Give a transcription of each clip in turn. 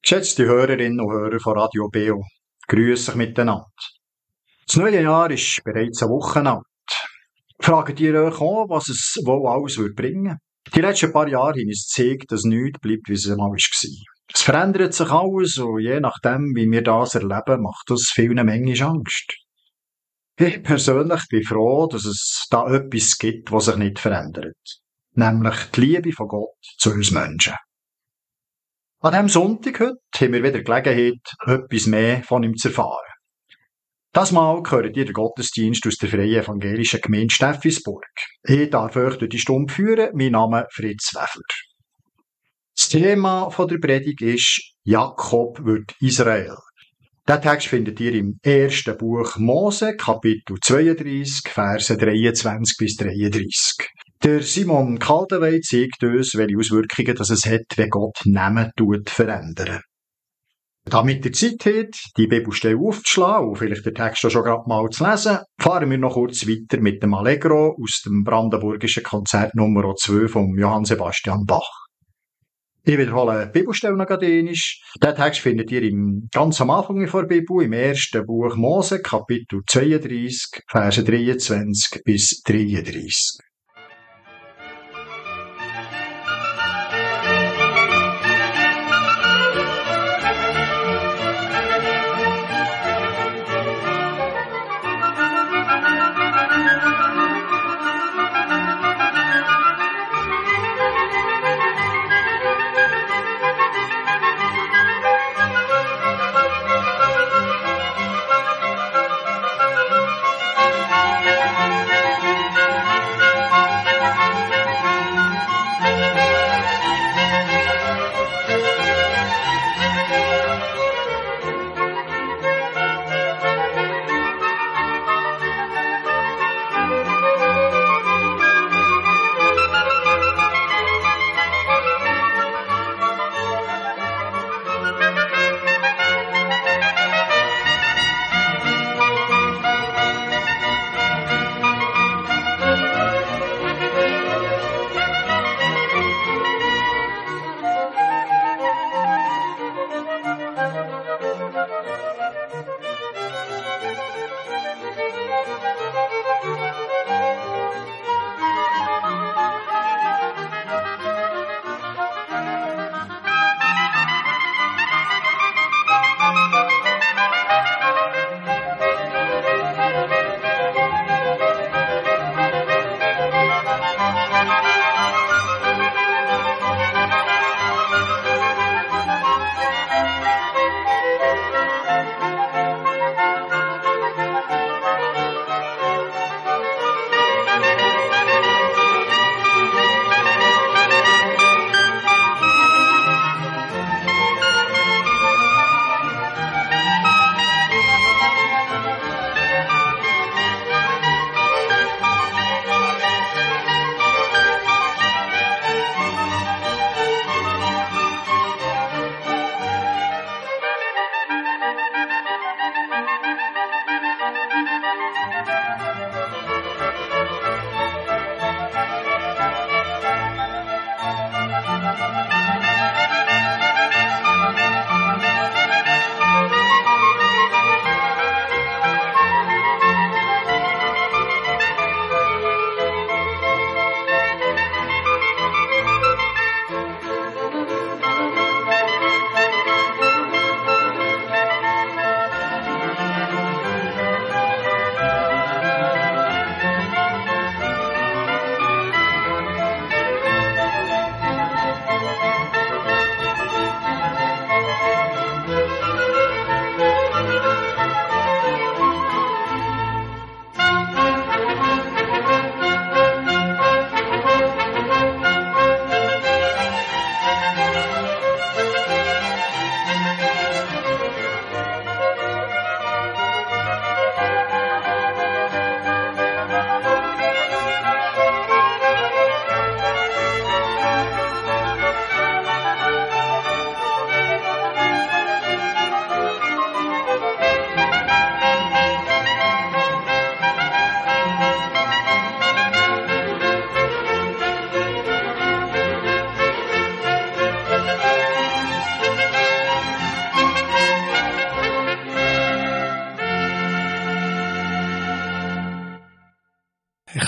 Geschätzte Hörerinnen und Hörer von Radio Beo, grüß euch miteinander. Das neue Jahr ist bereits eine Woche alt. Fragt ihr euch auch, was es wohl alles bringen wird? Die letzten paar Jahre haben uns gezeigt, dass nichts bleibt, wie es einmal war. Es verändert sich alles und je nachdem, wie wir das erleben, macht das vielen manchmal Angst. Ich persönlich bin froh, dass es da etwas gibt, was sich nicht verändert. Nämlich die Liebe von Gott zu uns Menschen. An diesem Sonntag heute haben wir wieder Gelegenheit, etwas mehr von ihm zu erfahren. Das Mal gehört ihr den Gottesdienst aus der Freien Evangelischen Gemeinde Steffisburg. Ich darf euch durch die Stunde führen. Mein Name ist Fritz Weffler. Das Thema der Predigt ist Jakob wird Israel. Diesen Text findet ihr im ersten Buch Mose, Kapitel 32, Verse 23 bis 33. Der Simon Kaldewey zeigt uns, welche Auswirkungen es hat, wenn Gott Namen verändern. Damit ihr Zeit habt, die Bibelstelle aufzuschlagen und vielleicht den Text schon gerade mal zu lesen, fahren wir noch kurz weiter mit dem Allegro aus dem brandenburgischen Konzert Nummer 2 von Johann Sebastian Bach. Ich wiederhole die Bibelstelle noch gerade einmal. Diesen Text findet ihr ganz am Anfang der Bibel, im ersten Buch Mose, Kapitel 32, Verse 23 bis 33.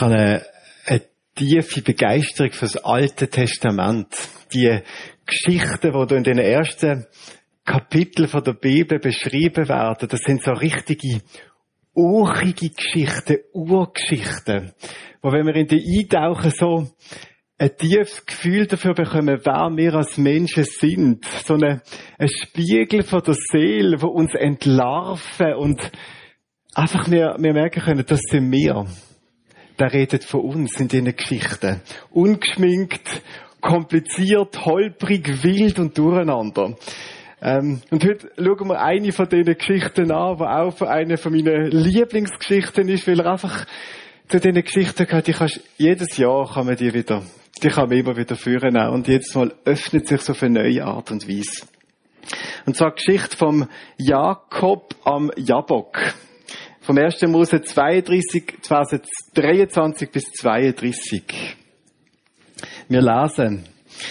habe eine tiefe Begeisterung für das Alte Testament. Die Geschichten, die da in den ersten Kapiteln von der Bibel beschrieben werden, das sind so richtige urige Geschichten, Urgeschichten, wo, wenn wir in die eintauchen, so ein tiefes Gefühl dafür bekommen, wer wir als Menschen sind. So ein Spiegel von der Seele, wo uns entlarven und einfach wir merken können, das sind wir. Der redet von uns in diesen Geschichten. Ungeschminkt, kompliziert, holprig, wild und durcheinander. Und heute schauen wir eine von diesen Geschichten an, die auch eine von meinen Lieblingsgeschichten ist, weil er einfach zu diesen Geschichten gehört, jedes Jahr kann man die kann man immer wieder führen. Und jedes Mal öffnet sich so auf eine neue Art und Weise. Und zwar die Geschichte vom Jakob am Jabok. Vom 1. Mose 32, Verse 23 bis 32. Wir lesen.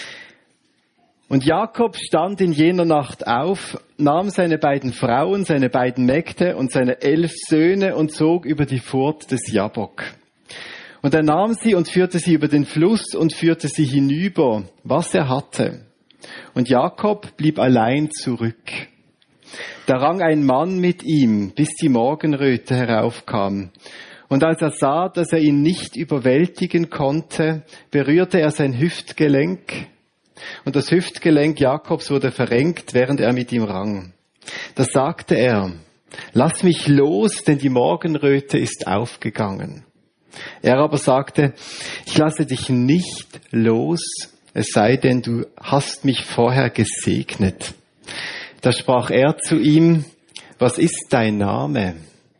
Und Jakob stand in jener Nacht auf, nahm seine beiden Frauen, seine beiden Mägde und seine 11 Söhne und zog über die Furt des Jabok. Und er nahm sie und führte sie über den Fluss und führte sie hinüber, was er hatte. Und Jakob blieb allein zurück. Da rang ein Mann mit ihm, bis die Morgenröte heraufkam. Und als er sah, dass er ihn nicht überwältigen konnte, berührte er sein Hüftgelenk. Und das Hüftgelenk Jakobs wurde verrenkt, während er mit ihm rang. Da sagte er, lass mich los, denn die Morgenröte ist aufgegangen. Er aber sagte, ich lasse dich nicht los, es sei denn, du hast mich vorher gesegnet. Da sprach er zu ihm, was ist dein Name?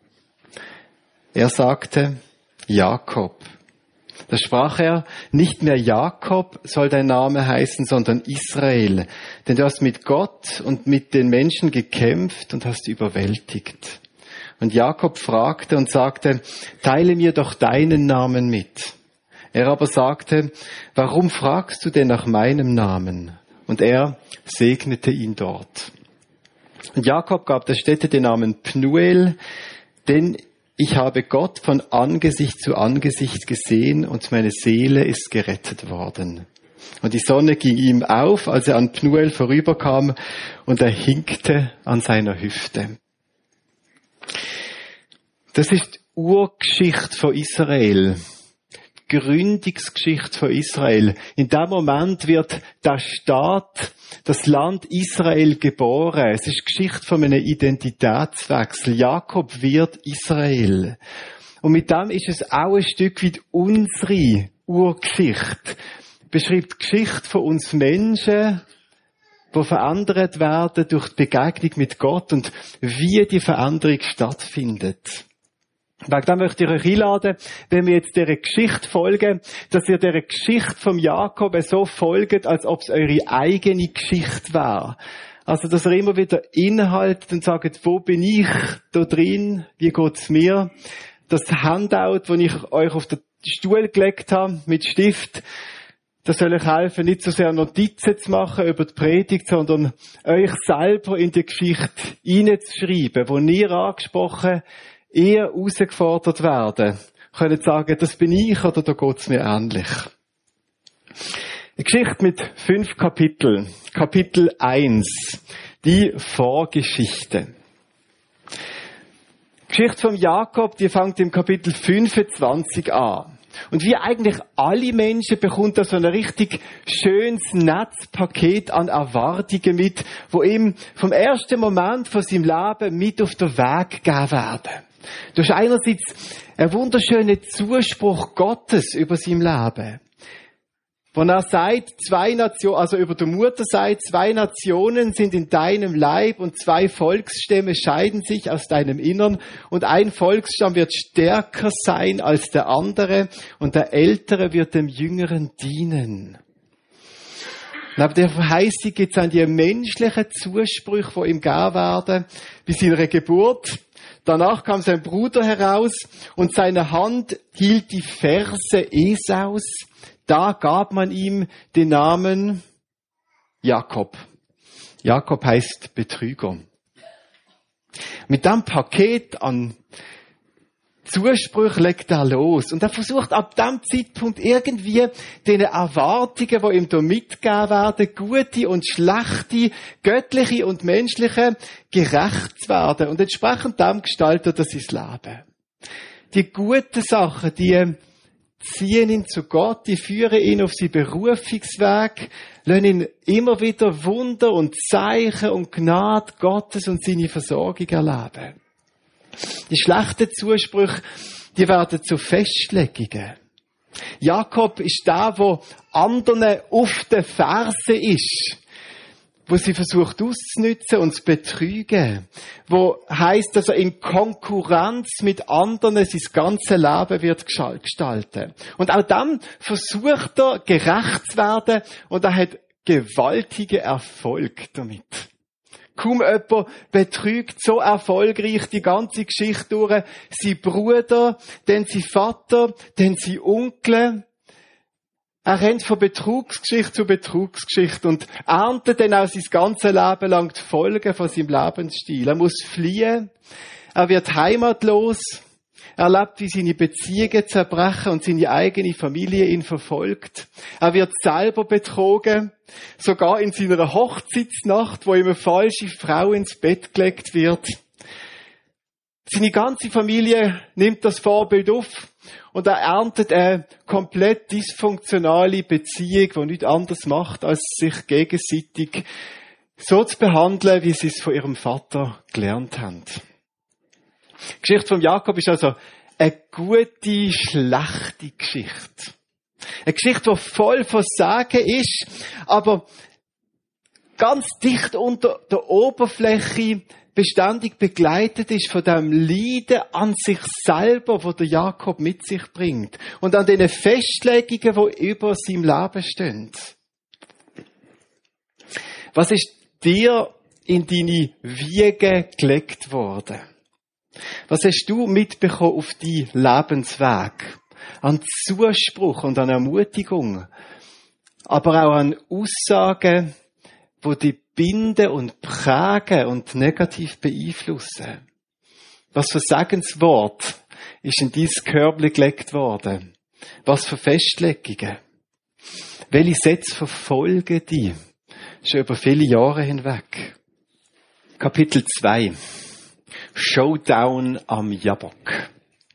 Er sagte, Jakob. Da sprach er, nicht mehr Jakob soll dein Name heißen, sondern Israel, denn du hast mit Gott und mit den Menschen gekämpft und hast überwältigt. Und Jakob fragte und sagte, teile mir doch deinen Namen mit. Er aber sagte, warum fragst du denn nach meinem Namen? Und er segnete ihn dort. Und Jakob gab der Stätte den Namen Pnuel, denn ich habe Gott von Angesicht zu Angesicht gesehen und meine Seele ist gerettet worden. Und die Sonne ging ihm auf, als er an Pnuel vorüberkam, und er hinkte an seiner Hüfte. Das ist die Urgeschichte von Israel. Gründungsgeschichte von Israel. In dem Moment wird der Staat, das Land Israel geboren. Es ist die Geschichte von einem Identitätswechsel. Jakob wird Israel. Und mit dem ist es auch ein Stück weit unsere Urgeschichte. Beschreibt die Geschichte von uns Menschen, die verändert werden durch die Begegnung mit Gott und wie die Veränderung stattfindet. Wegen dem möchte ich euch einladen, wenn wir jetzt dieser Geschichte folgen, dass ihr dieser Geschichte vom Jakob so folgt, als ob es eure eigene Geschichte wäre. Also, dass ihr immer wieder innehaltet und sagt, wo bin ich da drin? Wie geht's mir? Das Handout, das ich euch auf den Stuhl gelegt habe, mit Stift, das soll euch helfen, nicht so sehr Notizen zu machen über die Predigt, sondern euch selber in die Geschichte hineinzuschreiben, wo ihr angesprochen, eher herausgefordert werden, können sagen, das bin ich oder da geht's mir ähnlich. Eine Geschichte mit 5 Kapiteln. Kapitel 1. Die Vorgeschichte. Die Geschichte von Jakob, die fängt im Kapitel 25 an. Und wie eigentlich alle Menschen bekommt er so ein richtig schönes Netzpaket an Erwartungen mit, wo ihm vom ersten Moment von seinem Leben mit auf den Weg gegeben werden. Du hast einerseits einen wunderschönen Zuspruch Gottes über sein Leben. Wo er sagt, 2 Nationen, also über die Mutter sagt, 2 Nationen sind in deinem Leib und 2 Volksstämme scheiden sich aus deinem Innern und ein Volksstamm wird stärker sein als der andere und der Ältere wird dem Jüngeren dienen. Neben der Verheißung gibt es dann die menschlichen Zusprüche, die ihm gegeben werden, bis seiner Geburt. Danach kam sein Bruder heraus und seine Hand hielt die Ferse Esaus. Da gab man ihm den Namen Jakob. Jakob heißt Betrüger. Mit dem Paket an Zuspruch legt er los. Und er versucht ab dem Zeitpunkt irgendwie den Erwartungen, die ihm da mitgegeben werden, gute und schlechte, göttliche und menschliche, gerecht zu werden. Und entsprechend dem gestaltet er sein Leben. Die guten Sachen, die ziehen ihn zu Gott, die führen ihn auf seinen Berufungsweg, lassen ihn immer wieder Wunder und Zeichen und Gnade Gottes und seine Versorgung erleben. Die schlechten Zusprüche, die werden zu Festlegungen. Jakob ist der anderen auf den Fersen ist, wo sie versucht auszunutzen und zu betrügen, wo heisst, dass er in Konkurrenz mit anderen sein ganzes Leben wird gestalten. Und auch dann versucht er, gerecht zu werden, und er hat gewaltigen Erfolg damit. Kaum jemand betrügt so erfolgreich die ganze Geschichte durch. Sein Bruder, dann sein Vater, dann sein Onkel. Er rennt von Betrugsgeschichte zu Betrugsgeschichte und erntet dann auch sein ganzes Leben lang die Folgen von seinem Lebensstil. Er muss fliehen, er wird heimatlos, er erlebt, wie seine Beziehungen zerbrechen und seine eigene Familie ihn verfolgt. Er wird selber betrogen, sogar in seiner Hochzeitsnacht, wo ihm eine falsche Frau ins Bett gelegt wird. Seine ganze Familie nimmt das Vorbild auf und er erntet eine komplett dysfunktionale Beziehung, die nichts anderes macht, als sich gegenseitig so zu behandeln, wie sie es von ihrem Vater gelernt haben. Die Geschichte von Jakob ist also eine gute, schlechte Geschichte. Eine Geschichte, die voll von Sagen ist, aber ganz dicht unter der Oberfläche beständig begleitet ist von dem Leiden an sich selber, wo der Jakob mit sich bringt. Und an den Festlegungen, die über seinem Leben stehen. Was ist dir in deine Wiege gelegt worden? Was hast du mitbekommen auf deinen Lebensweg? An Zuspruch und an Ermutigung. Aber auch an Aussagen, die dich binden und prägen und negativ beeinflussen. Was für Segenswort ist in dein Körbchen gelegt worden? Was für Festlegungen? Welche Sätze verfolgen dich schon über viele Jahre hinweg? Kapitel 2. Showdown am Jabok.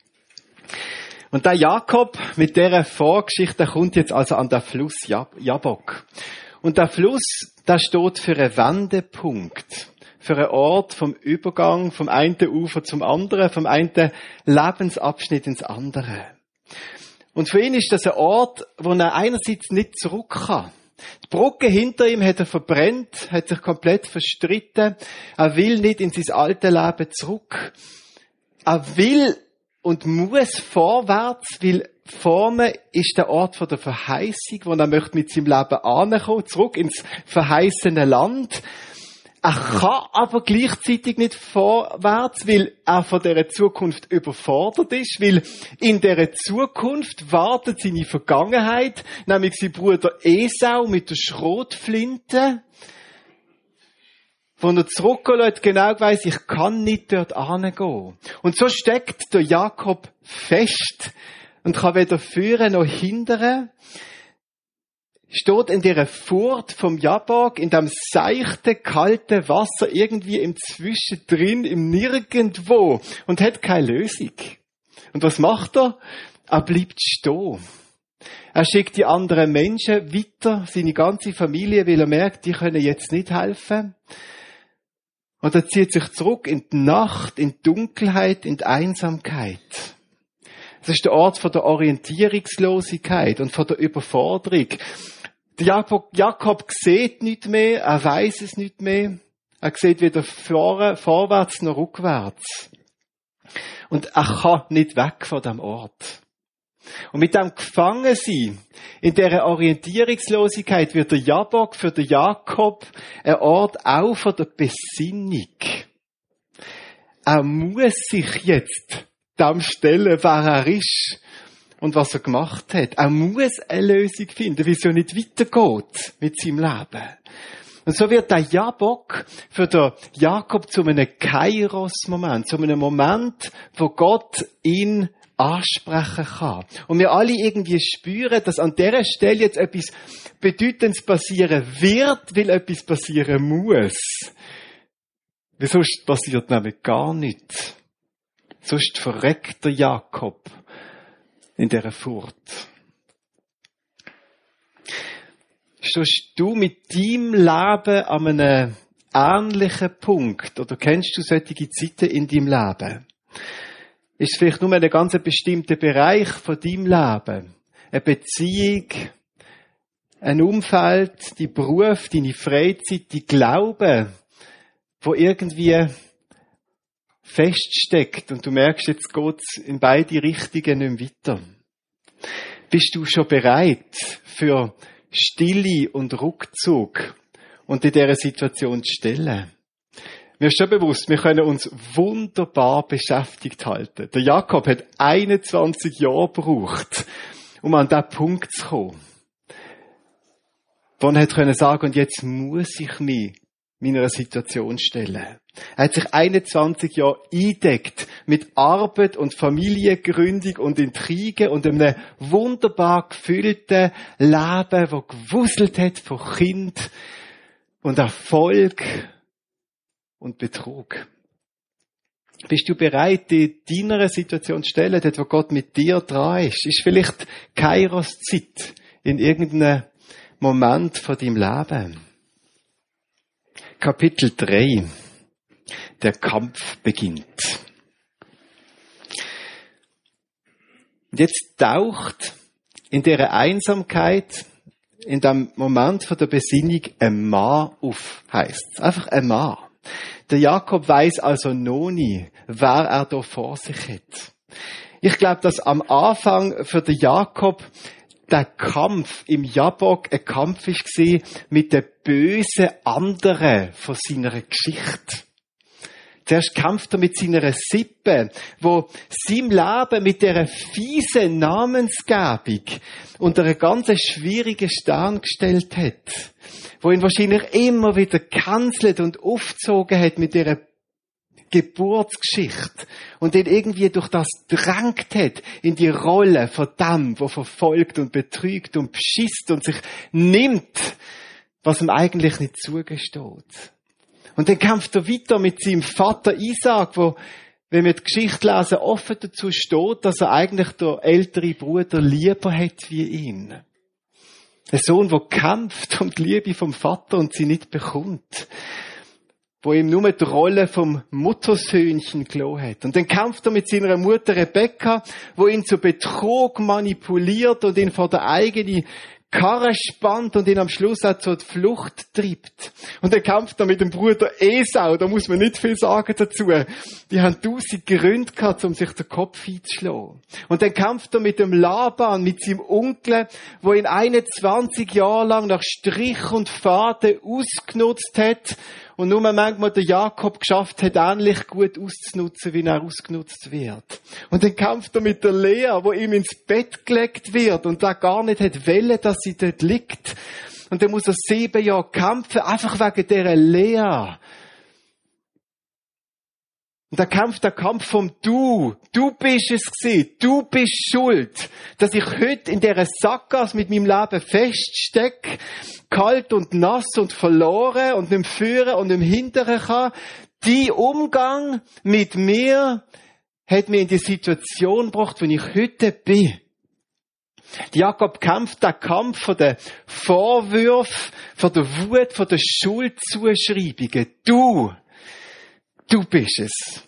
Und der Jakob mit dieser Vorgeschichte kommt jetzt also an den Fluss Jabok. Und der Fluss, der steht für einen Wendepunkt, für einen Ort vom Übergang vom einen Ufer zum anderen, vom einen Lebensabschnitt ins andere. Und für ihn ist das ein Ort, wo er einerseits nicht zurück kann. Die Brücke hinter ihm hat er verbrennt, hat sich komplett verstritten. Er will nicht in sein altes Leben zurück. Er will und muss vorwärts, weil vorne ist der Ort von der Verheißung, wo er möchte mit seinem Leben ankommen, zurück ins verheißene Land. Er kann aber gleichzeitig nicht vorwärts, weil er von dieser Zukunft überfordert ist, weil in dieser Zukunft wartet seine Vergangenheit, nämlich sein Bruder Esau mit der Schrotflinte, wo er zurücklässt, genau weiss, ich kann nicht dort hingehen. Und so steckt der Jakob fest und kann weder führen noch hindern. Steht in dieser Furt vom Jabok, in dem seichten, kalten Wasser, irgendwie im Zwischendrin, im Nirgendwo, und hat keine Lösung. Und was macht er? Er bleibt stehen. Er schickt die anderen Menschen weiter, seine ganze Familie, weil er merkt, die können jetzt nicht helfen. Und er zieht sich zurück in die Nacht, in die Dunkelheit, in die Einsamkeit. Es ist der Ort von der Orientierungslosigkeit und von der Überforderung. Der Jakob sieht nicht mehr, er weiß es nicht mehr. Er sieht weder vorwärts noch rückwärts. Und er kann nicht weg von dem Ort. Und mit dem Gefangensein, in dieser Orientierungslosigkeit, wird der Jabok für den Jakob ein Ort auch von der Besinnung. Er muss sich jetzt dem stellen, wer er ist und was er gemacht hat. Er muss eine Lösung finden, wie es ja nicht weitergeht mit seinem Leben. Und so wird der Jabok für den Jakob zu einem Kairos-Moment, zu einem Moment, wo Gott ihn ansprechen kann. Und wir alle irgendwie spüren, dass an dieser Stelle jetzt etwas Bedeutendes passieren wird, weil etwas passieren muss. Weil sonst passiert nämlich gar nichts. Sonst verreckt der Jakob in dieser Furt. Stehst du mit deinem Leben an einem ähnlichen Punkt? Oder kennst du solche Zeiten in deinem Leben? Ist es vielleicht nur ein ganz bestimmter Bereich von deinem Leben? Eine Beziehung, ein Umfeld, dein Beruf, deine Freizeit, dein Glaube, wo irgendwie feststeckt und du merkst, jetzt geht's in beide Richtungen nicht mehr weiter. Bist du schon bereit für Stille und Rückzug und in dieser Situation zu stellen? Mir ist schon bewusst, wir können uns wunderbar beschäftigt halten. Der Jakob hat 21 Jahre gebraucht, um an diesen Punkt zu kommen, wo er hat sagen, und jetzt muss ich mich meiner Situation stellen. Er hat sich 21 Jahre eingedeckt mit Arbeit und Familiengründung und Intrigen und einem wunderbar gefüllten Leben, das gewuselt hat von Kind und Erfolg und Betrug. Bist du bereit, dich deiner Situation zu stellen, dort wo Gott mit dir dran ist? Ist vielleicht Kairos-Zeit in irgendeinem Moment von deinem Leben? Kapitel 3. Der Kampf beginnt. Und jetzt taucht in dieser Einsamkeit, in dem Moment von der Besinnung, ein Mann auf, heisst's. Einfach ein Mann. Der Jakob weiss also noch nie, wer er da vor sich hat. Ich glaube, dass am Anfang für den Jakob der Kampf im Jabok ein Kampf war mit den bösen anderen von seiner Geschichte. Zuerst kämpft er mit seiner Sippe, wo sein Leben mit dieser fiesen Namensgebung unter einen ganz schwierigen Stern gestellt hat, wo ihn wahrscheinlich immer wieder gecancelt und aufgezogen hat mit dieser Geburtsgeschichte und ihn irgendwie durch das drängt hat in die Rolle von dem, wo verfolgt und betrügt und beschisst und sich nimmt, was ihm eigentlich nicht zugesteht. Und dann kämpft er weiter mit seinem Vater Isaac, wo, wenn wir die Geschichte lesen, offen dazu steht, dass er eigentlich der ältere Bruder lieber hat wie ihn. Ein Sohn, der kämpft um die Liebe vom Vater und sie nicht bekommt. Wo ihm nur die Rolle vom Muttersöhnchen gelassen hat. Und dann kämpft er mit seiner Mutter Rebekka, wo ihn zu Betrug manipuliert und ihn vor der eigenen Karre spannt und ihn am Schluss auch zur Flucht treibt. Und dann kämpft er mit dem Bruder Esau, da muss man nicht viel sagen dazu. Die haben 1000 Gründe gehabt, um sich den Kopf einzuschlagen. Und dann kämpft er mit dem Laban, mit seinem Onkel, wo ihn 21 Jahre lang nach Strich und Faden ausgenutzt hat und nur manchmal der Jakob geschafft hat, ähnlich gut auszunutzen, wie er ausgenutzt wird. Und dann kämpft er mit der Lea, wo ihm ins Bett gelegt wird und da gar nicht hat wollen, dass sie dort liegt. Und dann muss er 7 Jahre kämpfen, einfach wegen dieser Lea. Und da kämpft der Kampf vom Du. Du bist es gewesen. Du bist schuld, dass ich heute in dieser Sackgasse mit meinem Leben feststecke, kalt und nass und verloren und nicht führen und nicht hindern kann. Dein Umgang mit mir hat mich in die Situation gebracht, wo ich heute bin. Jakob kämpft den Kampf von den Vorwürfen, von der Wut, von den Schuldzuschreibungen. Du bist es.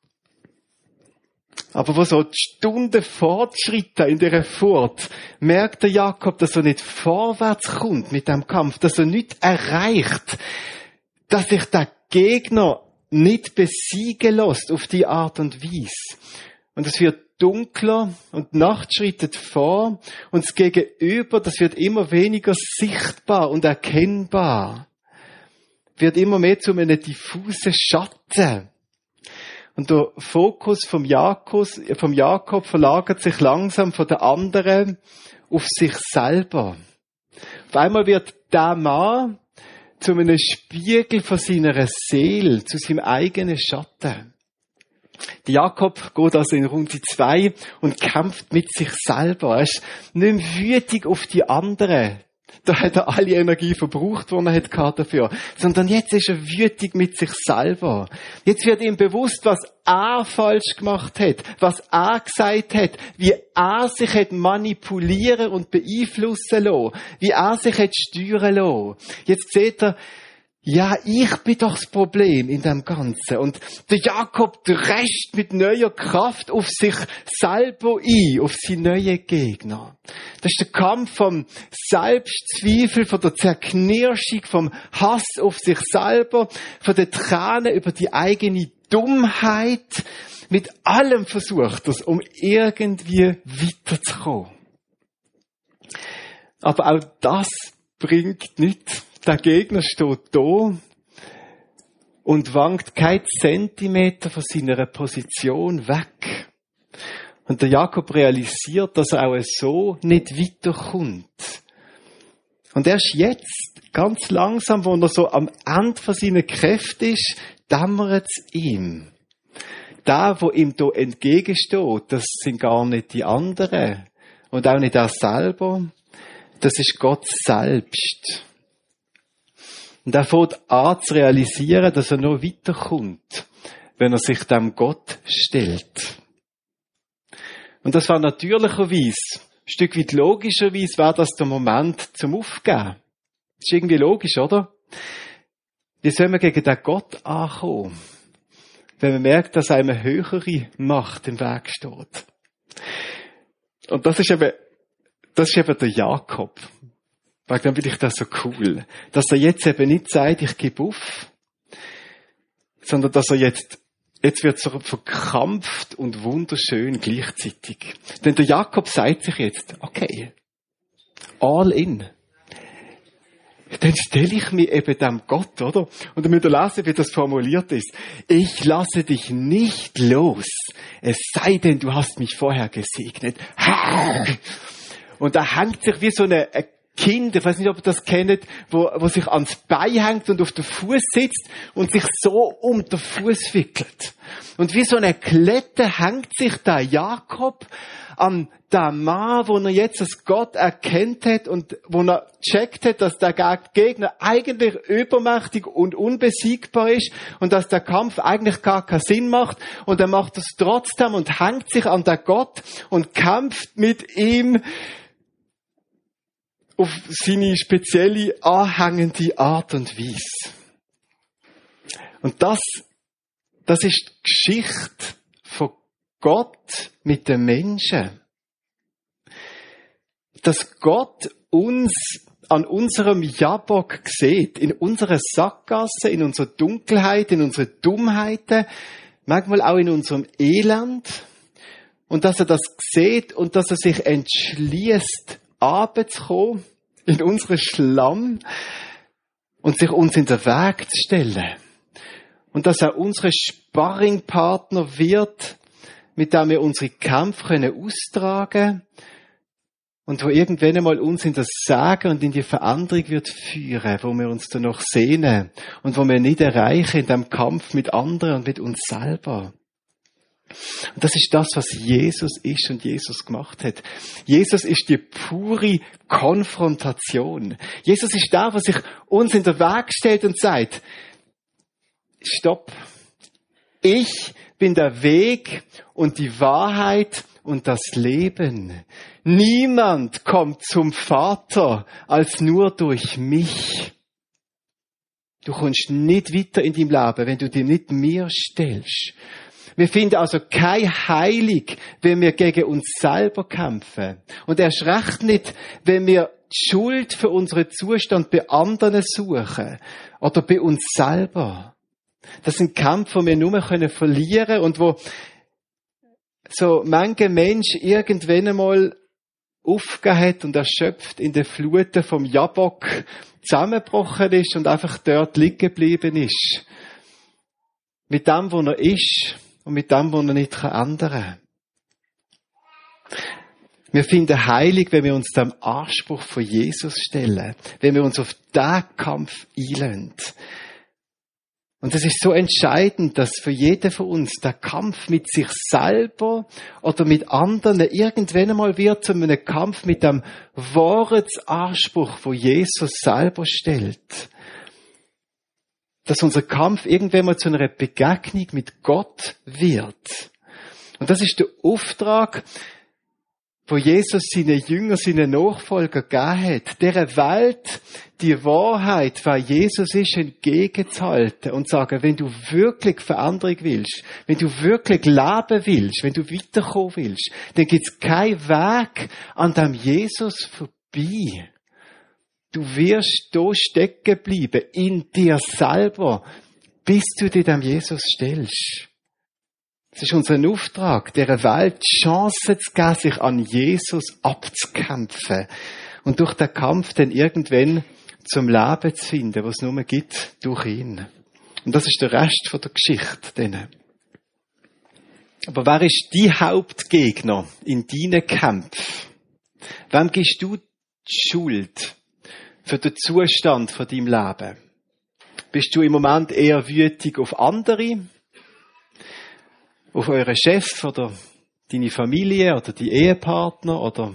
Aber wo so die Stunden fortschritten in dieser Furt, merkt der Jakob, dass er nicht vorwärts kommt mit dem Kampf, dass er nicht erreicht, dass sich der Gegner nicht besiegen lässt auf die Art und Weise. Und es wird dunkler und die Nacht schreitet vor und das Gegenüber, das wird immer weniger sichtbar und erkennbar. Wird immer mehr zu einem diffusen Schatten. Und der Fokus vom Jakob verlagert sich langsam von der anderen auf sich selber. Auf einmal wird der Mann zu einem Spiegel von seiner Seele, zu seinem eigenen Schatten. Der Jakob geht also in Runde 2 und kämpft mit sich selber. Er ist nicht mehr wütig auf die anderen. Da hat er alle Energie verbraucht, die er hatte dafür. Sondern jetzt ist er wütig mit sich selber. Jetzt wird ihm bewusst, was er falsch gemacht hat, was er gesagt hat, wie er sich hat manipulieren und beeinflussen lassen, wie er sich hat steuern lassen. Jetzt sieht er, ja, ich bin doch das Problem in dem Ganzen. Und der Jakob drescht mit neuer Kraft auf sich selber ein, auf seine neuen Gegner. Das ist der Kampf vom Selbstzweifel, von der Zerknirschung, vom Hass auf sich selber, von den Tränen über die eigene Dummheit. Mit allem versucht er, um irgendwie weiterzukommen. Aber auch das bringt nichts. Der Gegner steht da und wankt kein Zentimeter von seiner Position weg. Und der Jakob realisiert, dass er auch so nicht weiterkommt. Und erst jetzt, ganz langsam, wo er so am Ende von seinen Kräften ist, dämmert es ihm. Der, wo ihm da entgegensteht, das sind gar nicht die anderen. Und auch nicht er selber. Das ist Gott selbst. Und er fängt an zu realisieren, dass er noch weiterkommt, wenn er sich dem Gott stellt. Und das war natürlicherweise, ein Stück weit logischerweise, war das der Moment zum Aufgeben. Das ist irgendwie logisch, oder? Wie soll man gegen den Gott ankommen, wenn man merkt, dass einem eine höhere Macht im Weg steht? Und das ist eben der Jakob. Weil dann finde ich das so cool. Dass er jetzt eben nicht sagt, ich gebe auf, sondern dass er jetzt wird so verkrampft und wunderschön gleichzeitig. Denn der Jakob sagt sich jetzt, okay, all in. Dann stelle ich mich eben dem Gott, oder? Und wir müssen lesen, wie das formuliert ist. Ich lasse dich nicht los, es sei denn, du hast mich vorher gesegnet. Und da hängt sich wie so eine Kind, ich weiß nicht, ob ihr das kennt, wo sich ans Bein hängt und auf den Fuß sitzt und sich so um den Fuß wickelt. Und wie so eine Klette hängt sich der Jakob an den Mann, wo er jetzt als Gott erkannt hat und wo er gecheckt hat, dass der Gegner eigentlich übermächtig und unbesiegbar ist und dass der Kampf eigentlich gar keinen Sinn macht. Und er macht es trotzdem und hängt sich an den Gott und kämpft mit ihm auf seine spezielle, anhängende Art und Weise. Und das ist die Geschichte von Gott mit den Menschen. Dass Gott uns an unserem Jabok sieht, in unserer Sackgasse, in unserer Dunkelheit, in unseren Dummheiten, manchmal auch in unserem Elend. Und dass er das sieht und dass er sich entschließt, runterzukommen in unseren Schlamm und sich uns in den Weg zu stellen. Und dass er unsere Sparringpartner wird, mit dem wir unsere Kämpfe austragen können und wo irgendwann einmal uns in das Sagen und in die Veränderung wird führen, wo wir uns danach sehnen und wo wir nicht erreichen in dem Kampf mit anderen und mit uns selber. Und das ist das, was Jesus ist und Jesus gemacht hat. Jesus ist die pure Konfrontation. Jesus ist der, der sich uns in den Weg stellt und sagt, stopp, ich bin der Weg und die Wahrheit und das Leben. Niemand kommt zum Vater als nur durch mich. Du kommst nicht weiter in deinem Leben, wenn du dir nicht mir stellst. Wir finden also kein Heilig, wenn wir gegen uns selber kämpfen. Und erst recht nicht, wenn wir die Schuld für unseren Zustand bei anderen suchen oder bei uns selber. Das sind Kämpfe, die wir nur verlieren können und wo so mancher Mensch irgendwann einmal aufgegeben hat und erschöpft in den Fluten vom Jabok zusammengebrochen ist und einfach dort liegen geblieben ist. Mit dem, wo er ist und mit dem, was er nicht ändern kann. Wir finden heilig, wenn wir uns dem Anspruch von Jesus stellen, wenn wir uns auf diesen Kampf einlassen. Und es ist so entscheidend, dass für jeden von uns der Kampf mit sich selber oder mit anderen irgendwann einmal wird zu einem Kampf mit dem Wahrheitsanspruch, wo Jesus selber stellt. Dass unser Kampf irgendwann mal zu einer Begegnung mit Gott wird. Und das ist der Auftrag, wo Jesus seinen Jüngern, seinen Nachfolgern gegeben hat, dieser Welt die Wahrheit, wer Jesus ist, entgegenzuhalten und sagen, wenn du wirklich Veränderung willst, wenn du wirklich leben willst, wenn du weiterkommen willst, dann gibt es keinen Weg an dem Jesus vorbei. Du wirst da stecken bleiben, in dir selber, bis du dir dem Jesus stellst. Es ist unser Auftrag, dieser Welt die Chance zu geben, sich an Jesus abzukämpfen. Und durch den Kampf dann irgendwann zum Leben zu finden, was es nur gibt, durch ihn. Und das ist der Rest von der Geschichte. Dann. Aber wer ist dein Hauptgegner in deinen Kämpfen? Wem gibst du die Schuld für den Zustand von deinem Leben? Bist du im Moment eher wütig auf andere? Auf euren Chef oder deine Familie oder die Ehepartner oder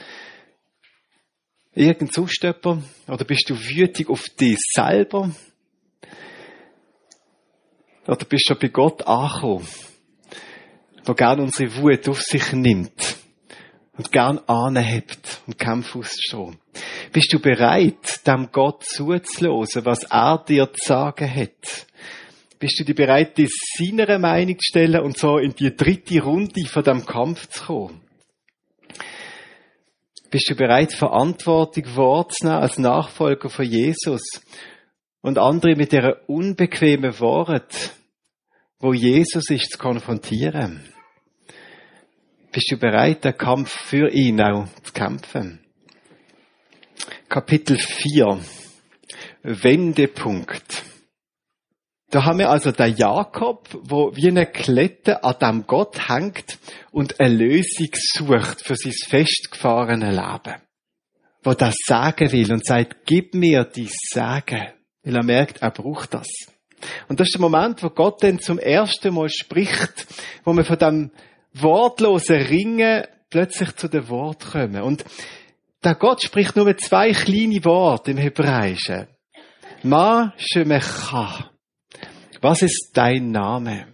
irgend sonst jemand? Oder bist du wütig auf dich selber? Oder bist du bei Gott angekommen, der gerne unsere Wut auf sich nimmt und gern anhebt und Kämpfe ausstehen? Bist du bereit, dem Gott zuzuhören, was er dir zu sagen hat? Bist du dir bereit, dich seiner Meinung zu stellen und so in die dritte Runde von dem Kampf zu kommen? Bist du bereit, Verantwortung wahrzunehmen als Nachfolger von Jesus und andere mit dieser unbequemen Wahrheit, wo Jesus ist, zu konfrontieren? Bist du bereit, den Kampf für ihn auch zu kämpfen? Kapitel 4. Wendepunkt. Da haben wir also den Jakob, wo wie eine Klette an dem Gott hängt und eine Lösung sucht für sein festgefahrene Leben. Wo das sagen will und sagt, gib mir die Sagen. Weil er merkt, er braucht das. Und das ist der Moment, wo Gott dann zum ersten Mal spricht, wo wir von dem wortlosen Ringen plötzlich zu dem Wort kommen. Und der Gott spricht nur 2 kleine Worte im Hebräischen. Ma shemecha. Was ist dein Name?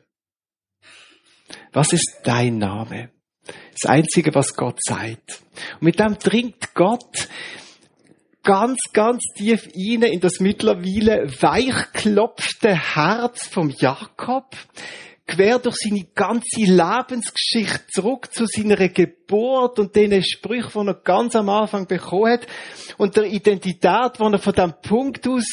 Was ist dein Name? Das Einzige, was Gott sagt. Und mit dem dringt Gott ganz, ganz tief rein in das mittlerweile weichklopfte Herz vom Jakob, quer durch seine ganze Lebensgeschichte zurück zu seiner Geburt und den Sprüchen, die er ganz am Anfang bekommen hat und der Identität, die er von dem Punkt aus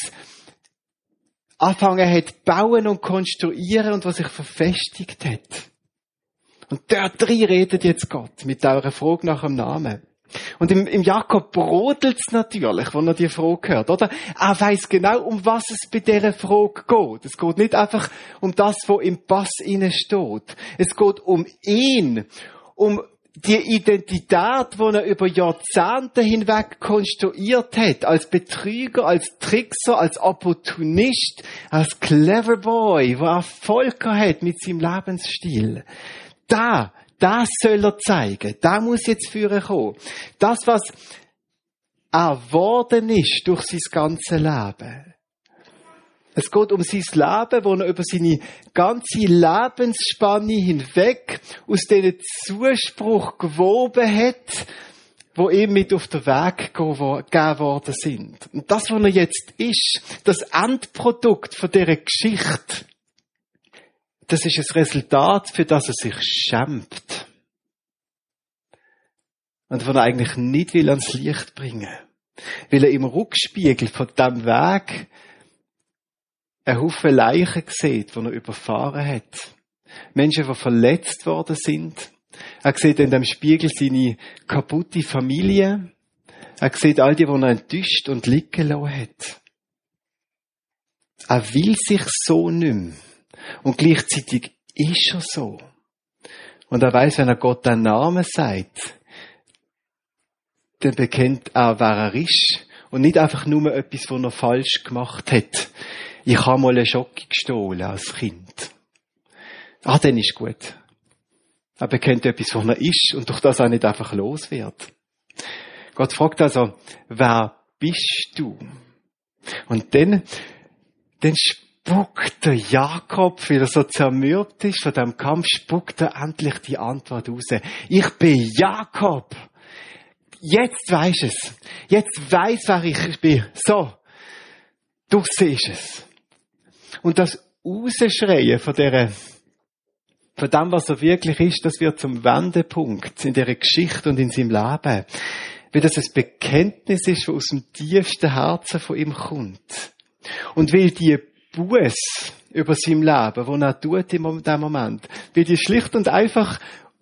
angefangen hat, bauen und konstruieren und was sich verfestigt hat. Und dort drin redet jetzt Gott mit eurer Frage nach dem Namen. Und im Jakob brodelt's natürlich, wenn er die Frage hört, oder? Er weiss genau, um was es bei dieser Frage geht. Es geht nicht einfach um das, was im Pass innen steht. Es geht um ihn, um die Identität, die er über Jahrzehnte hinweg konstruiert hat, als Betrüger, als Trickser, als Opportunist, als Clever Boy, der Erfolg hat mit seinem Lebensstil. Das soll er zeigen. Da muss jetzt führen kommen. Das, was erworben ist durch sein ganzes Leben. Es geht um sein Leben, wo er über seine ganze Lebensspanne hinweg aus diesen Zuspruch gewoben hat, wo ihm mit auf den Weg gegeben worden sind. Und das, was er jetzt ist, das Endprodukt von dieser Geschichte, das ist ein Resultat, für das er sich schämt. Und was er eigentlich nicht will ans Licht bringen. Weil er im Rückspiegel von diesem Weg einen Haufen Leichen sieht, die er überfahren hat. Menschen, die verletzt worden sind. Er sieht in dem Spiegel seine kaputte Familie. Er sieht all die er enttäuscht und liegen lassen hat. Er will sich so nicht mehr. Und gleichzeitig ist er so. Und er weiss, wenn er Gott den Namen sagt, dann bekennt er, wer er ist. Und nicht einfach nur etwas, was er falsch gemacht hat. Ich habe mal eine Schocke gestohlen als Kind. Dann ist gut. Er bekennt etwas, was er ist und durch das auch nicht einfach los wird. Gott fragt also, wer bist du? Und dann spuckt der Jakob, weil er so zermürbt ist von diesem Kampf, spuckt er endlich die Antwort raus. Ich bin Jakob. Jetzt weisst es. Jetzt weiss, wer ich bin. So. Du siehst es. Und das Rausschreien von dem, was er wirklich ist, das wird zum Wendepunkt in dieser Geschichte und in seinem Leben. Weil das ein Bekenntnis ist, das aus dem tiefsten Herzen von ihm kommt. Und weil die Buß über sein Leben, die er tut in diesem Moment, weil die schlicht und einfach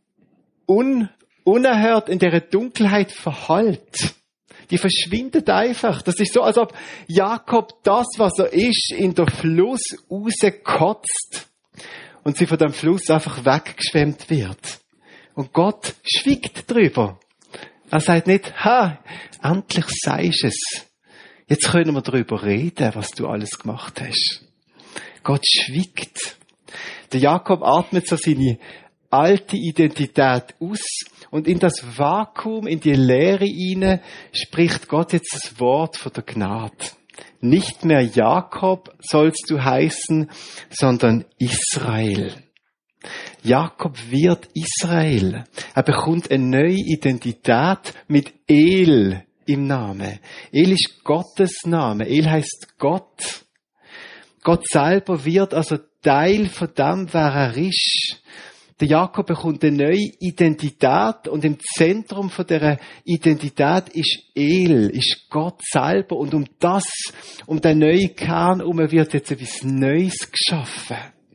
unerhört in dieser Dunkelheit verhallt. Die verschwindet einfach. Das ist so, als ob Jakob das, was er ist, in der Fluss rauskotzt und sie von dem Fluss einfach weggeschwemmt wird. Und Gott schwiegt drüber. Er sagt nicht, endlich sagst es. Jetzt können wir darüber reden, was du alles gemacht hast. Gott schwiegt. Der Jakob atmet so seine alte Identität aus und in das Vakuum, in die Leere hinein spricht Gott jetzt das Wort von der Gnade. Nicht mehr Jakob sollst du heißen, sondern Israel. Jakob wird Israel. Er bekommt eine neue Identität mit El im Namen. El ist Gottes Name. El heißt Gott. Gott selber wird also Teil von dem, wer er ist. Der Jakob bekommt eine neue Identität und im Zentrum von dieser Identität ist El, ist Gott selber und um den neuen Kern herum wird jetzt etwas Neues geschaffen.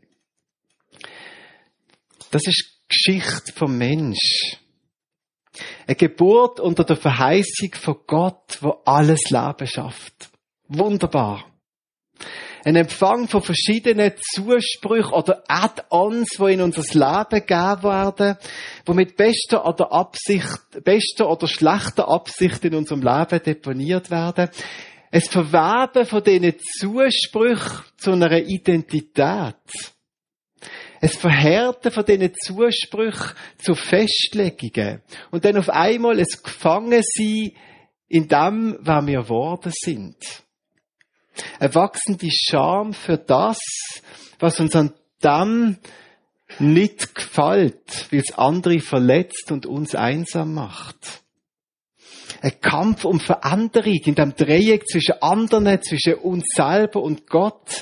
Das ist die Geschichte vom Mensch. Eine Geburt unter der Verheißung von Gott, wo alles Leben schafft. Wunderbar. Ein Empfang von verschiedenen Zusprüchen oder Add-ons, die in unser Leben gegeben werden, die mit bester oder schlechter Absicht in unserem Leben deponiert werden. Ein Verwerben von diesen Zusprüchen zu einer Identität. Ein Verhärten von diesen Zusprüchen zu Festlegungen. Und dann auf einmal ein Gefangensein in dem, wer wir geworden sind. Eine wachsende Scham für das, was uns an dem nicht gefällt, weil es andere verletzt und uns einsam macht. Ein Kampf um Veränderung in dem Dreieck zwischen anderen, zwischen uns selber und Gott.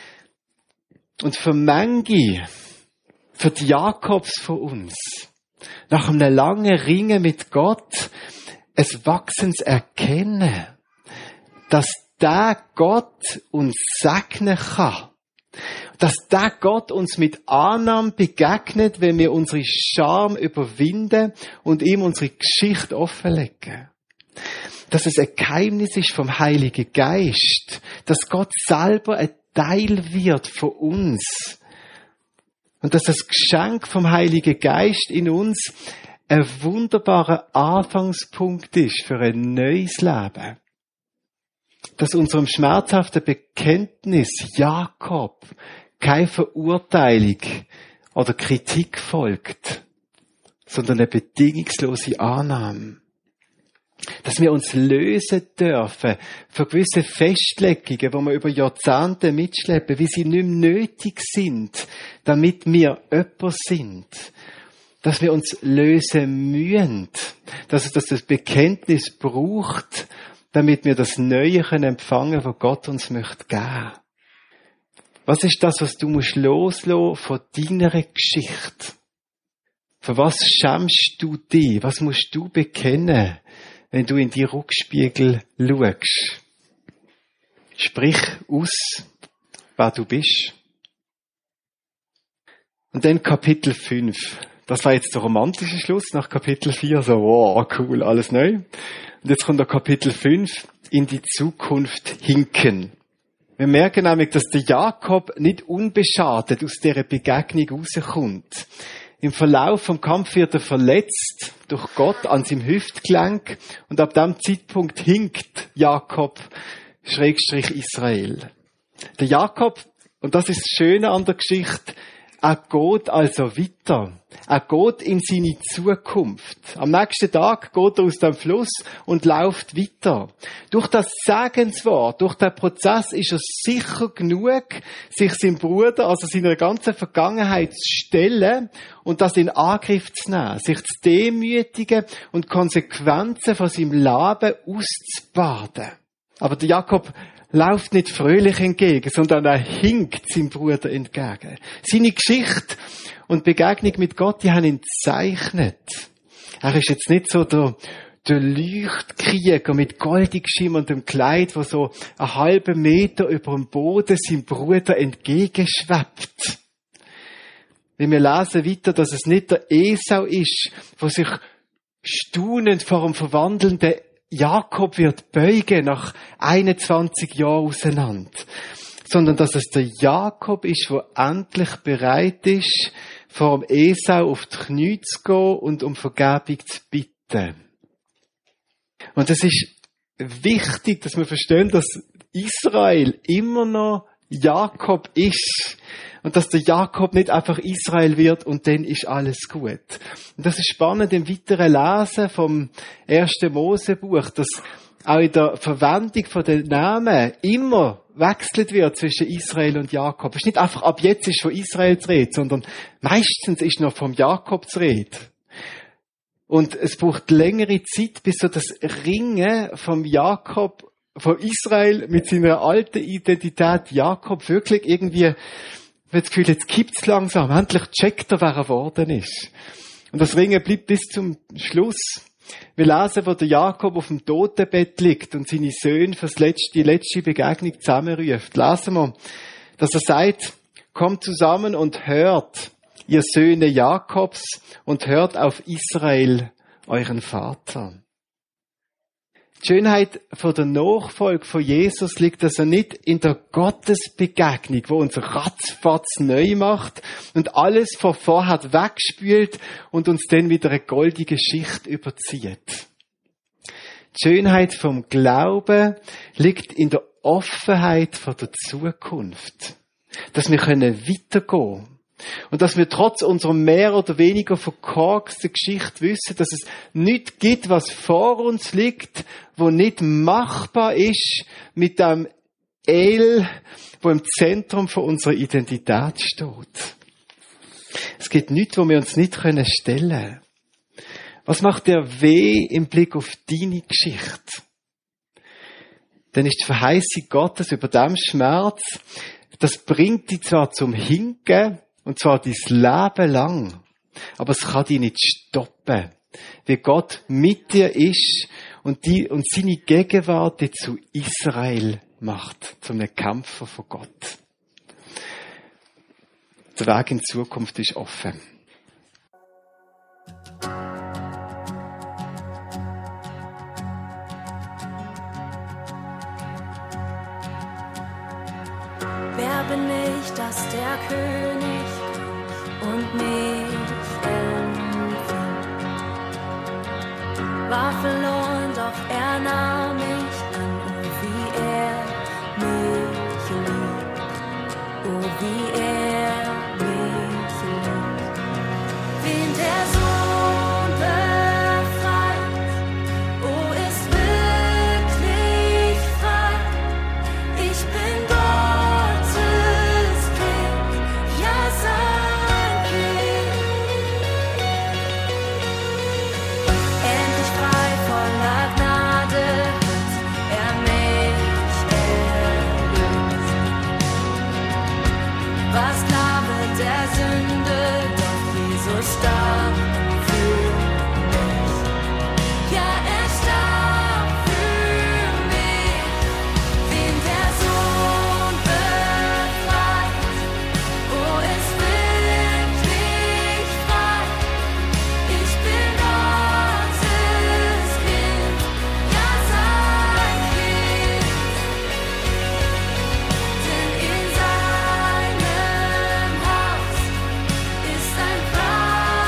Und für manche, für die Jakobs von uns, nach einem langen Ringen mit Gott, ein wachsendes Erkennen, dass der Gott uns segnen kann. Dass der Gott uns mit Annahme begegnet, wenn wir unsere Scham überwinden und ihm unsere Geschichte offenlegen. Dass es ein Geheimnis ist vom Heiligen Geist. Dass Gott selber ein Teil wird von uns. Und dass das Geschenk vom Heiligen Geist in uns ein wunderbarer Anfangspunkt ist für ein neues Leben. Dass unserem schmerzhaften Bekenntnis Jakob keine Verurteilung oder Kritik folgt, sondern eine bedingungslose Annahme. Dass wir uns lösen dürfen von gewissen Festlegungen, die wir über Jahrzehnte mitschleppen, wie sie nicht mehr nötig sind, damit wir jemand sind. Dass wir uns lösen müssen. Dass es das Bekenntnis braucht, damit wir das Neue empfangen können, was Gott uns möchte geben. Was ist das, was du loslassen musst von deiner Geschichte? Für was schämst du dich? Was musst du bekennen, wenn du in die Rückspiegel schaust? Sprich aus, wer du bist. Und dann Kapitel 5. Das war jetzt der romantische Schluss nach Kapitel 4. So, wow, cool, alles neu. Und jetzt kommt der Kapitel 5, in die Zukunft hinken. Wir merken nämlich, dass der Jakob nicht unbeschadet aus dieser Begegnung rauskommt. Im Verlauf vom Kampf wird er verletzt durch Gott an seinem Hüftgelenk und ab dem Zeitpunkt hinkt Jakob / Israel. Der Jakob, und das ist das Schöne an der Geschichte, er geht also weiter. Er geht in seine Zukunft. Am nächsten Tag geht er aus dem Fluss und läuft weiter. Durch das Segenswort, durch den Prozess ist er sicher genug, sich seinem Bruder, also seiner ganzen Vergangenheit zu stellen und das in Angriff zu nehmen, sich zu demütigen und Konsequenzen von seinem Leben auszubaden. Aber der Jakob läuft nicht fröhlich entgegen, sondern er hinkt seinem Bruder entgegen. Seine Geschichte und Begegnung mit Gott, die haben ihn gezeichnet. Er ist jetzt nicht so der Leuchtkrieger mit goldig schimmerndem Kleid, der so 1,5 Meter über dem Boden seinem Bruder entgegenschwebt. Wenn wir lesen weiter, dass es nicht der Esau ist, der sich staunend vor dem verwandelnden Jakob wird beugen nach 21 Jahren auseinander, sondern dass es der Jakob ist, der endlich bereit ist, vor dem Esau auf die Knie zu gehen und um Vergebung zu bitten. Und es ist wichtig, dass wir verstehen, dass Israel immer noch Jakob ist. Und dass der Jakob nicht einfach Israel wird und dann ist alles gut. Und das ist spannend im weiteren Lesen vom 1. Mosebuch, dass auch in der Verwendung von den Namen immer wechselt wird zwischen Israel und Jakob. Es ist nicht einfach, ab jetzt ist von Israel zu reden, sondern meistens ist noch vom Jakob zu reden. Und es braucht längere Zeit, bis so das Ringen vom Jakob, von Israel mit seiner alten Identität Jakob wirklich irgendwie, ich habe das Gefühl, jetzt kippt's langsam. Endlich checkt er, wer er geworden ist. Und das Ringen bleibt bis zum Schluss. Wir lesen, wo der Jakob auf dem Totenbett liegt und seine Söhne für die letzte Begegnung zusammenruft. Lesen wir, dass er sagt, kommt zusammen und hört, ihr Söhne Jakobs, und hört auf Israel, euren Vater. Die Schönheit von der Nachfolge von Jesus liegt also nicht in der Gottesbegegnung, wo uns ratzfatz neu macht und alles von vorher wegspült und uns dann wieder eine goldige Schicht überzieht. Die Schönheit vom Glauben liegt in der Offenheit von der Zukunft. Dass wir weitergehen können. Und dass wir trotz unserer mehr oder weniger verkorksten Geschichte wissen, dass es nichts gibt, was vor uns liegt, wo nicht machbar ist mit dem El, wo im Zentrum von unserer Identität steht. Es gibt nichts, wo wir uns nicht stellen können. Was macht dir weh im Blick auf deine Geschichte? Dann ist die Verheißung Gottes über dem Schmerz, das bringt dich zwar zum Hinken, und zwar dein Leben lang. Aber es kann dich nicht stoppen. Wie Gott mit dir ist und seine Gegenwart dich zu Israel macht. Zu einem Kämpfer von Gott. Der Weg in die Zukunft ist offen. Wer bin ich, dass der König und mich empfing? War verloren, doch er nahm mich an. Oh, wie er mich liebt. Oh, wie er mich liebt. Wen der Sohn befreit, oh, ist wirklich frei. Ich bin Gottes Kind, ja, sein Kind. Endlich frei voller Gnade hat er mich erlöst. War Sklave der Sünde, doch Jesus starb für mich. Ja, er starb für mich. Wen der Sohn befreit, oh, ist wirklich frei. Ich bin Gottes Kind, ja, sein Kind. Denn in seinem Haus ist ein freier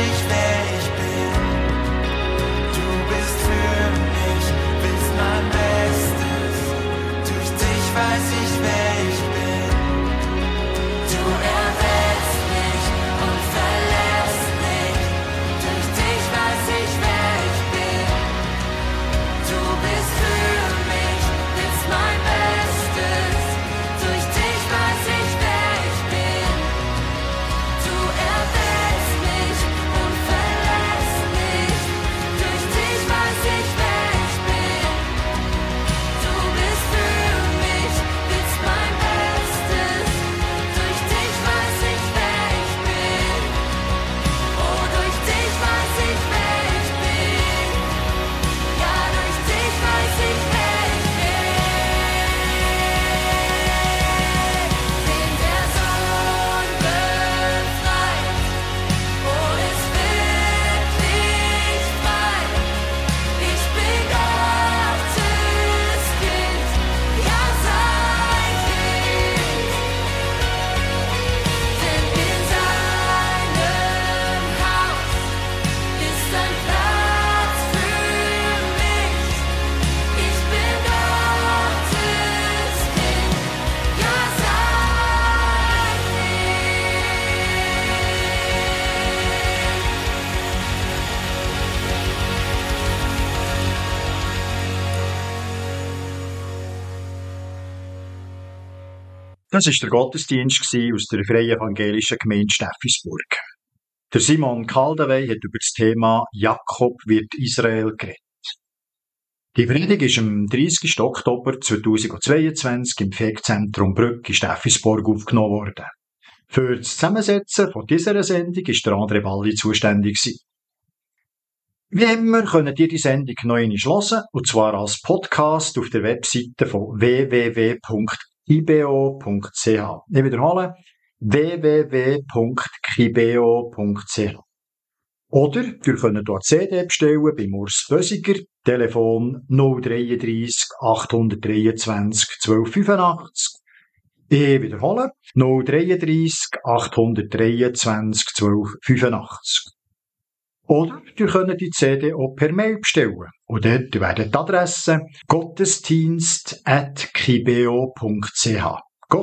ich, wer ich bin. Du bist für mich, willst mein Bestes. Durch dich weiß ich, wer ich bin. Du erwählst mich und verlässt mich. Durch dich weiß ich, wer ich bin. Du bist für mich, willst mein Bestes. Durch dich weiß ich, wer ich bin. Du erwählst mich und verlässt mich. Durch dich weiß ich, wer ich bin. Du bist für mich, willst mein Bestes. Durch dich weiß ich, wer ich bin. Oh, durch dich weiß ich, wer ich bin. Ja, durch dich weiß ich, wer ich bin. Den der Sohn befreit, ist wirklich frei. Ich bin Gottes Kind, ja sein Kind. Denn in seinem Haus ist ein Platz für mich. Ich bin Gottes Kind, ja sein Das war der Gottesdienst aus der Freien Evangelischen Gemeinde Steffisburg. Der Simon Kaldewey hat über das Thema Jakob wird Israel geredet. Die Predigt ist am 30. Oktober 2022 im FEG-Zentrum Brück in Steffisburg aufgenommen worden. Für das Zusammensetzen von dieser Sendung war der André Balli zuständig. Wie immer könnt ihr die Sendung noch einmal hören, und zwar als Podcast auf der Webseite von www.kibeo.ch. Ich wiederhole, www.kibeo.ch. Oder ihr könnt dort CD bestellen bei Urs Bösiger, Telefon 033 823 1285. Ich wiederhole, 033 823 1285. Oder ihr könnt die CD auch per Mail bestellen. Und dort werdet die Adresse gottesdienst@kibeo.ch.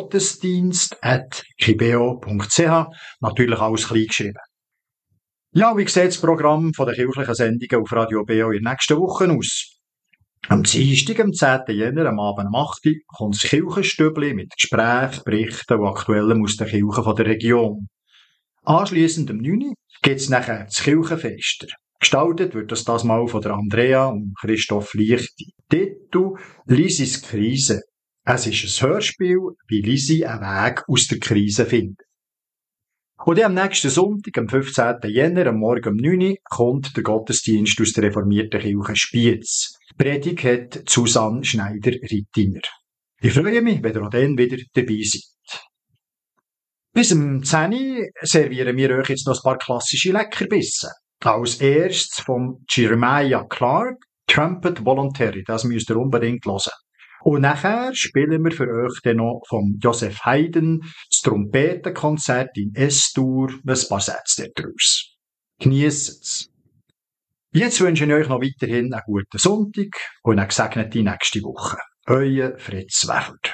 Gottesdienst@kibeo.ch. Natürlich alles klein geschrieben. Ja, wie sieht das Programm der kirchlichen Sendungen auf Radio Beo in der nächsten Woche aus? Am Dienstag, am 10. Jänner, am Abend um 8 Uhr, kommt das Kirchenstübli mit Gesprächen, Berichten und Aktuellem aus den Kirchen der Region. Anschliessend am 9. Uhr gibt es nachher das Kirchenfest. Gestaltet wird das Mal von der Andrea und Christoph Lichti. Titel Lisis Krise. Es ist ein Hörspiel, wie Lisi einen Weg aus der Krise findet. Und am nächsten Sonntag, am 15. Jänner, am Morgen um 9 Uhr, kommt der Gottesdienst aus der reformierten Kirche Spiez. Die Predigt hat Susanne Schneider-Rittiner. Ich freue mich, wenn ihr auch dann wieder dabei seid. Bis am 10 Uhr servieren wir euch jetzt noch ein paar klassische Leckerbissen. Als erstes von Jeremiah Clark, Trumpet Voluntary. Das müsst ihr unbedingt hören. Und nachher spielen wir für euch dann noch von Joseph Haydn das Trompetenkonzert in S-Dur, ein paar Sätze daraus. Genießt es. Jetzt wünsche ich euch noch weiterhin einen guten Sonntag und eine gesegnete nächste Woche. Euer Fritz Weffert.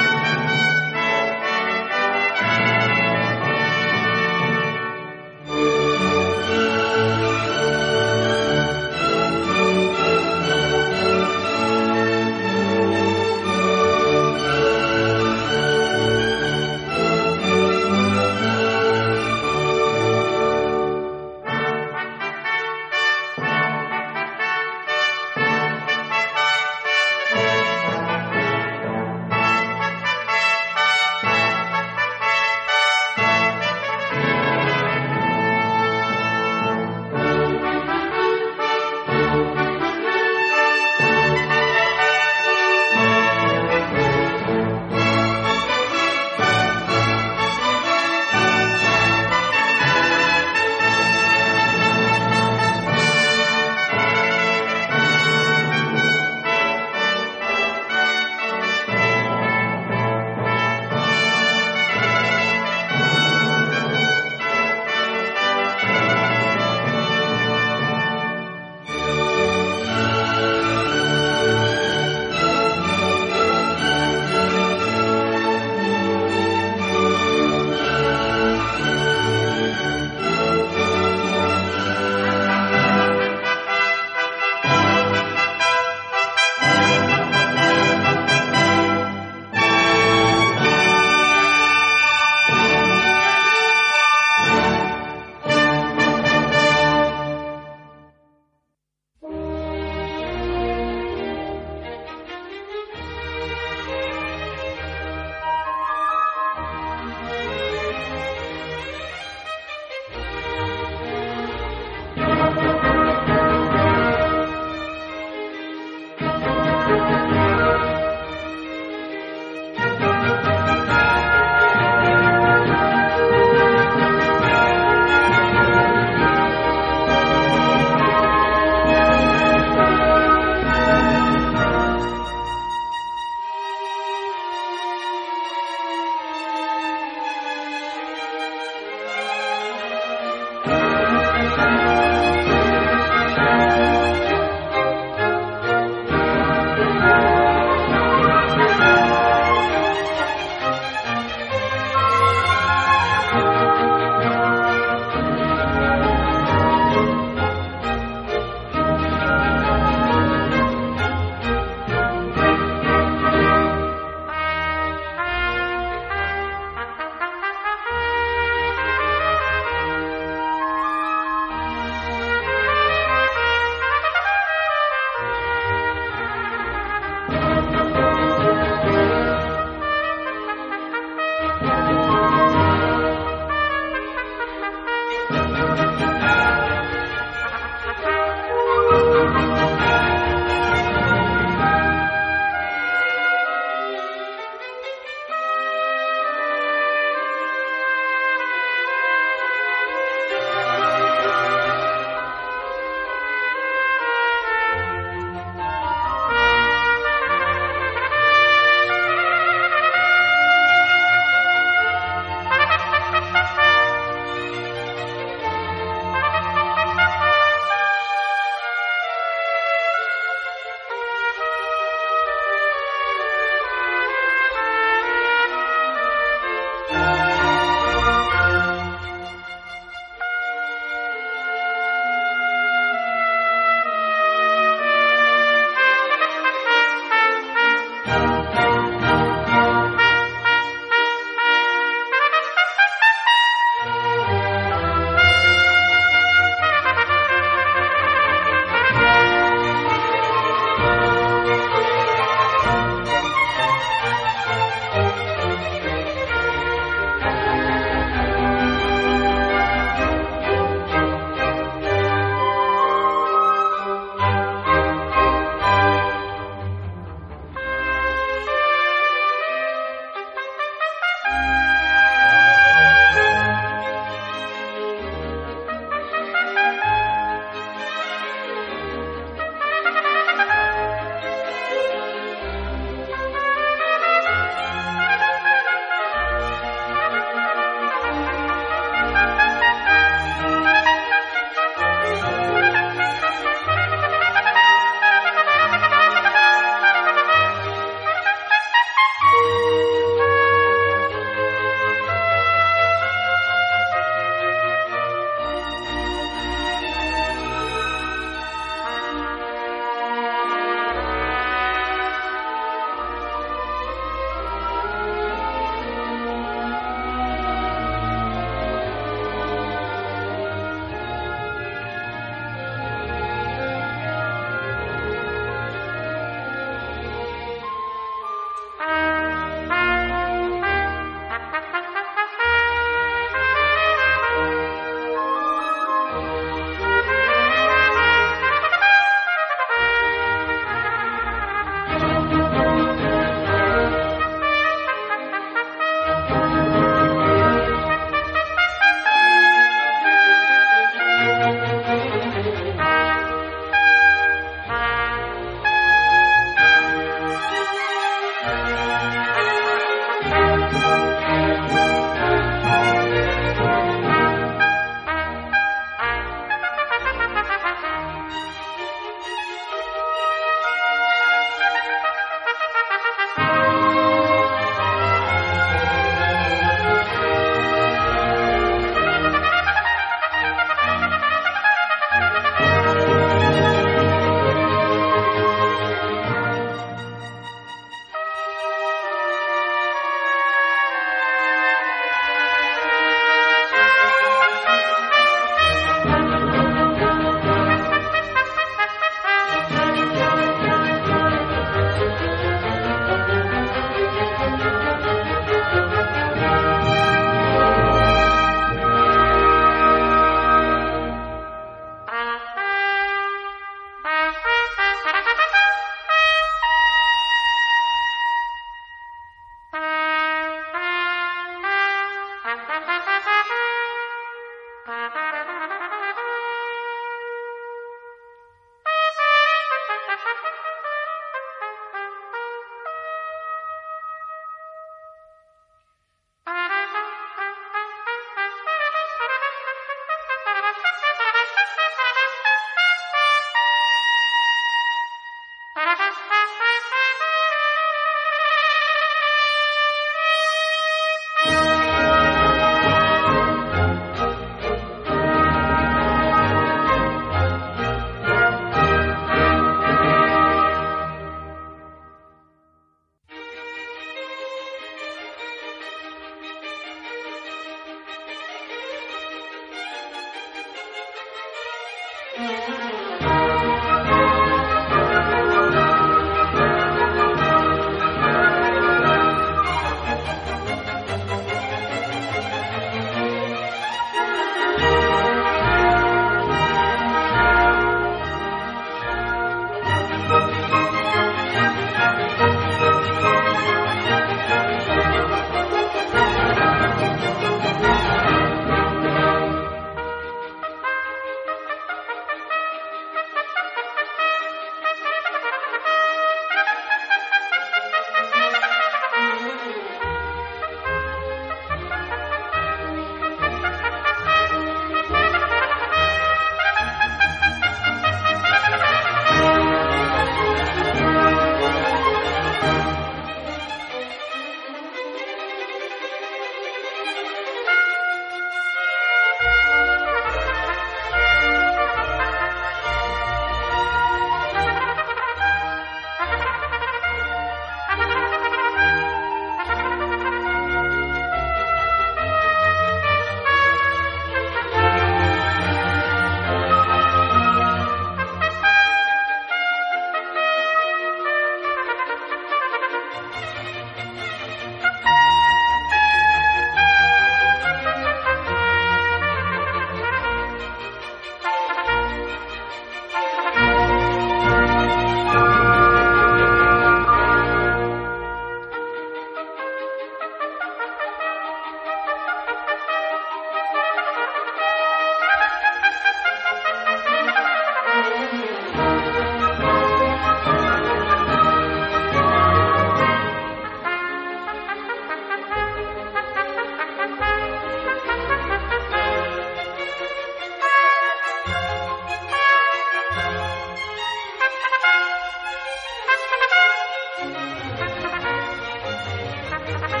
Thank